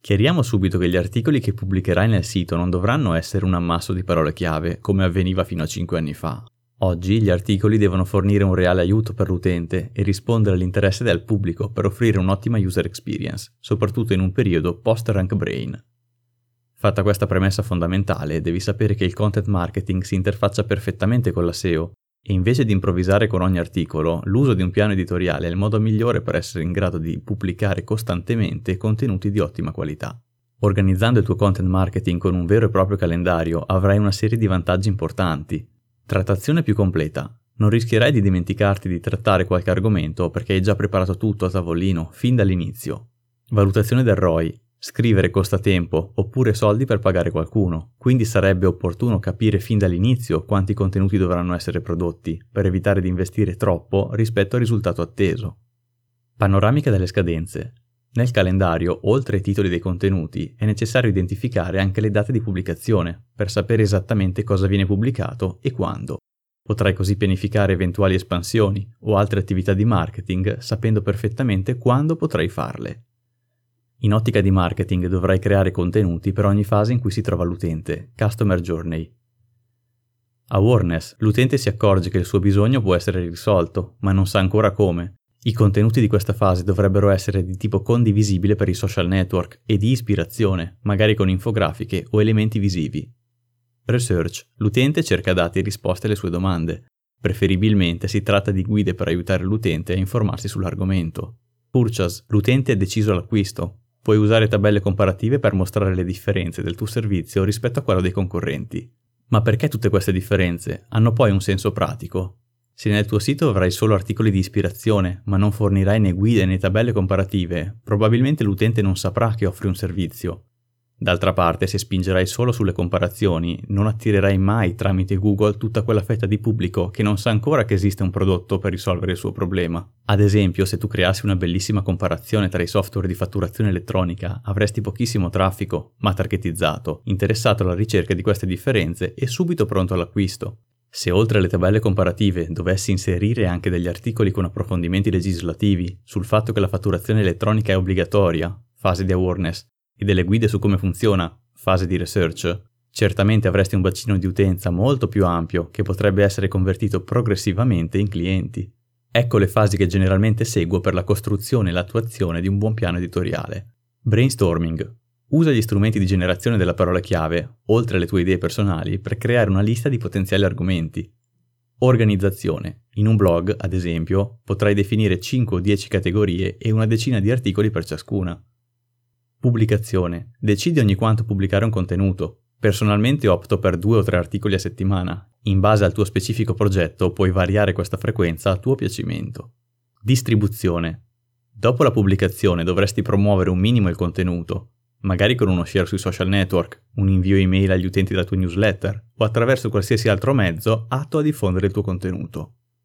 Chiariamo subito che gli articoli che pubblicherai nel sito non dovranno essere un ammasso di parole chiave, come avveniva fino a 5 anni fa. Oggi gli articoli devono fornire un reale aiuto per l'utente e rispondere all'interesse del pubblico per offrire un'ottima user experience, soprattutto in un periodo post-rank brain. Fatta questa premessa fondamentale, devi sapere che il content marketing si interfaccia perfettamente con la SEO e invece di improvvisare con ogni articolo, l'uso di un piano editoriale è il modo migliore per essere in grado di pubblicare costantemente contenuti di ottima qualità. Organizzando il tuo content marketing con un vero e proprio calendario avrai una serie di vantaggi importanti. Trattazione più completa. Non rischierai di dimenticarti di trattare qualche argomento perché hai già preparato tutto a tavolino fin dall'inizio. Valutazione del ROI. Scrivere costa tempo oppure soldi per pagare qualcuno, quindi sarebbe opportuno capire fin dall'inizio quanti contenuti dovranno essere prodotti per evitare di investire troppo rispetto al risultato atteso. Panoramica delle scadenze. Nel calendario, oltre ai titoli dei contenuti, è necessario identificare anche le date di pubblicazione per sapere esattamente cosa viene pubblicato e quando. Potrai così pianificare eventuali espansioni o altre attività di marketing sapendo perfettamente quando potrai farle. In ottica di marketing dovrai creare contenuti per ogni fase in cui si trova l'utente, Customer Journey. Awareness. L'utente si accorge che il suo bisogno può essere risolto, ma non sa ancora come. I contenuti di questa fase dovrebbero essere di tipo condivisibile per i social network e di ispirazione, magari con infografiche o elementi visivi. Research. L'utente cerca dati e risposte alle sue domande. Preferibilmente si tratta di guide per aiutare l'utente a informarsi sull'argomento. Purchase. L'utente è deciso all'acquisto. Puoi usare tabelle comparative per mostrare le differenze del tuo servizio rispetto a quello dei concorrenti. Ma perché tutte queste differenze? Hanno poi un senso pratico? Se nel tuo sito avrai solo articoli di ispirazione, ma non fornirai né guide né tabelle comparative, probabilmente l'utente non saprà che offri un servizio. D'altra parte, se spingerai solo sulle comparazioni, non attirerai mai tramite Google tutta quella fetta di pubblico che non sa ancora che esiste un prodotto per risolvere il suo problema. Ad esempio, se tu creassi una bellissima comparazione tra i software di fatturazione elettronica, avresti pochissimo traffico, ma targetizzato, interessato alla ricerca di queste differenze e subito pronto all'acquisto. Se oltre alle tabelle comparative dovessi inserire anche degli articoli con approfondimenti legislativi sul fatto che la fatturazione elettronica è obbligatoria, fase di awareness, e delle guide su come funziona, fase di research, certamente avresti un bacino di utenza molto più ampio che potrebbe essere convertito progressivamente in clienti. Ecco le fasi che generalmente seguo per la costruzione e l'attuazione di un buon piano editoriale. Brainstorming. Usa gli strumenti di generazione della parola chiave, oltre alle tue idee personali, per creare una lista di potenziali argomenti. Organizzazione. In un blog, ad esempio, potrai definire 5 o 10 categorie e una decina di articoli per ciascuna. Pubblicazione. Decidi ogni quanto pubblicare un contenuto. Personalmente opto per 2 o 3 articoli a settimana. In base al tuo specifico progetto puoi variare questa frequenza a tuo piacimento. Distribuzione. Dopo la pubblicazione dovresti promuovere un minimo il contenuto, magari con uno share sui social network, un invio email agli utenti della tua newsletter o attraverso qualsiasi altro mezzo atto a diffondere il tuo contenuto.